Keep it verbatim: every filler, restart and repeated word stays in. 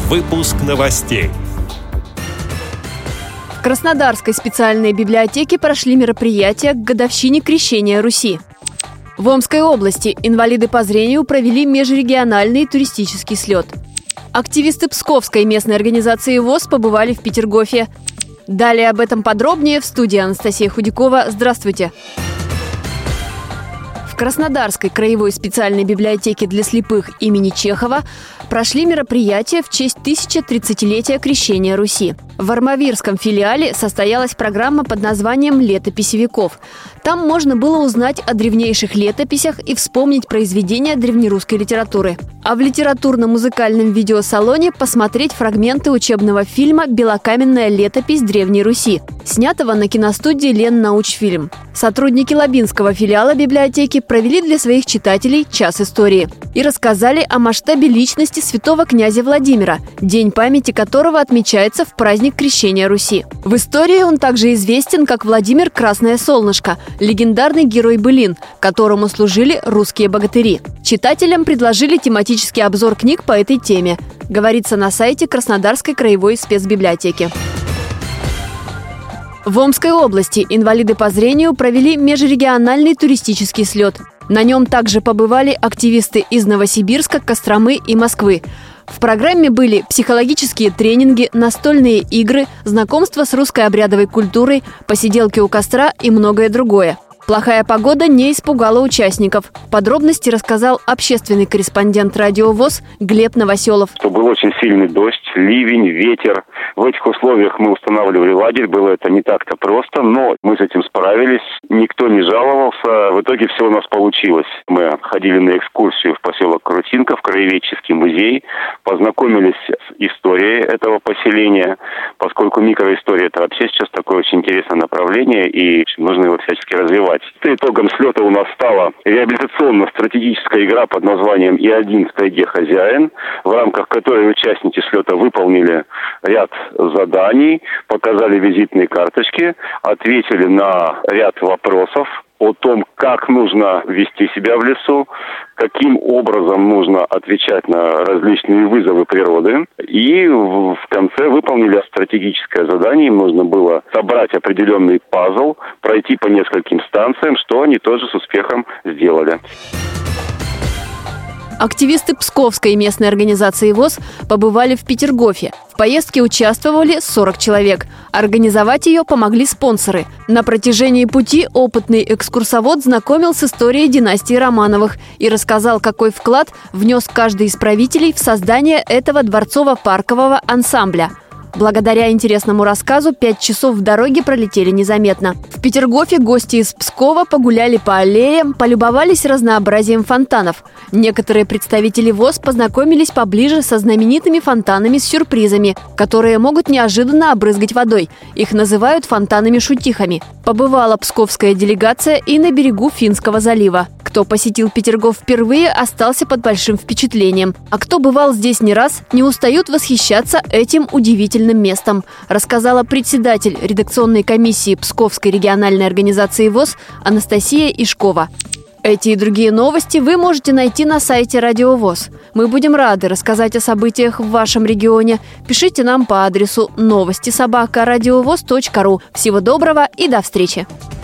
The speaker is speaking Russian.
Выпуск новостей. В Краснодарской специальной библиотеке прошли мероприятия к годовщине Крещения Руси. В Омской области инвалиды по зрению провели межрегиональный туристический слет. Активисты Псковской местной организации ВОС побывали в Петергофе. Далее об этом подробнее в студии Анастасия Худякова. Здравствуйте! В Краснодарской краевой специальной библиотеке для слепых имени Чехова прошли мероприятия в честь тысяча-тридцатилетия Крещения Руси. В Армавирском филиале состоялась программа под названием «Летописи веков». Там можно было узнать о древнейших летописях и вспомнить произведения древнерусской литературы. А в литературно-музыкальном видеосалоне посмотреть фрагменты учебного фильма «Белокаменная летопись Древней Руси», снятого на киностудии «Леннаучфильм». Сотрудники Лабинского филиала библиотеки провели для своих читателей час истории и рассказали о масштабе личности святого князя Владимира, день памяти которого отмечается в праздник Крещения Руси. В истории он также известен как Владимир Красное Солнышко, легендарный герой-былин, которому служили русские богатыри. Читателям предложили тематический обзор книг по этой теме, говорится на сайте Краснодарской краевой спецбиблиотеки. В Омской области инвалиды по зрению провели межрегиональный туристический слет. На нем также побывали активисты из Новосибирска, Костромы и Москвы. В программе были психологические тренинги, настольные игры, знакомство с русской обрядовой культурой, посиделки у костра и многое другое. Плохая погода не испугала участников. Подробности рассказал общественный корреспондент Радио ВОС Глеб Новоселов. Был очень сильный дождь, ливень, ветер. В этих условиях мы устанавливали лагерь. Было это не так-то просто, но мы с этим справились. Никто не жаловался. В итоге все у нас получилось. Мы ходили на экскурсию в поселок Крутинка, в краеведческий музей. Познакомились с историей этого поселения, поскольку микроистория – это вообще сейчас такое очень интересное направление, и нужно его всячески развивать. Итогом слета у нас стала реабилитационно-стратегическая игра под названием «И один в тайге хозяин», в рамках которой участники слета выполнили ряд заданий, показали визитные карточки, ответили на ряд вопросов о том, как нужно вести себя в лесу, каким образом нужно отвечать на различные вызовы природы. И в конце выполнили стратегическое задание. Им нужно было собрать определенный пазл, пройти по нескольким станциям, что они тоже с успехом сделали. Активисты Псковской местной организации ВОС побывали в Петергофе. В поездке участвовали сорок человек. Организовать ее помогли спонсоры. На протяжении пути опытный экскурсовод знакомил с историей династии Романовых и рассказал, какой вклад внес каждый из правителей в создание этого дворцово-паркового ансамбля. Благодаря интересному рассказу пять часов в дороге пролетели незаметно. В Петергофе гости из Пскова погуляли по аллеям, полюбовались разнообразием фонтанов. Некоторые представители ВОС познакомились поближе со знаменитыми фонтанами с сюрпризами, которые могут неожиданно обрызгать водой. Их называют фонтанами-шутихами. Побывала псковская делегация и на берегу Финского залива. Кто посетил Петергоф впервые, остался под большим впечатлением. А кто бывал здесь не раз, не устают восхищаться этим удивительным местом, рассказала председатель редакционной комиссии Псковской региональной организации ВОС Анастасия Ишкова. Эти и другие новости вы можете найти на сайте Радио ВОС. Мы будем рады рассказать о событиях в вашем регионе. Пишите нам по адресу новости собака радиовос точка ру. Всего доброго и до встречи!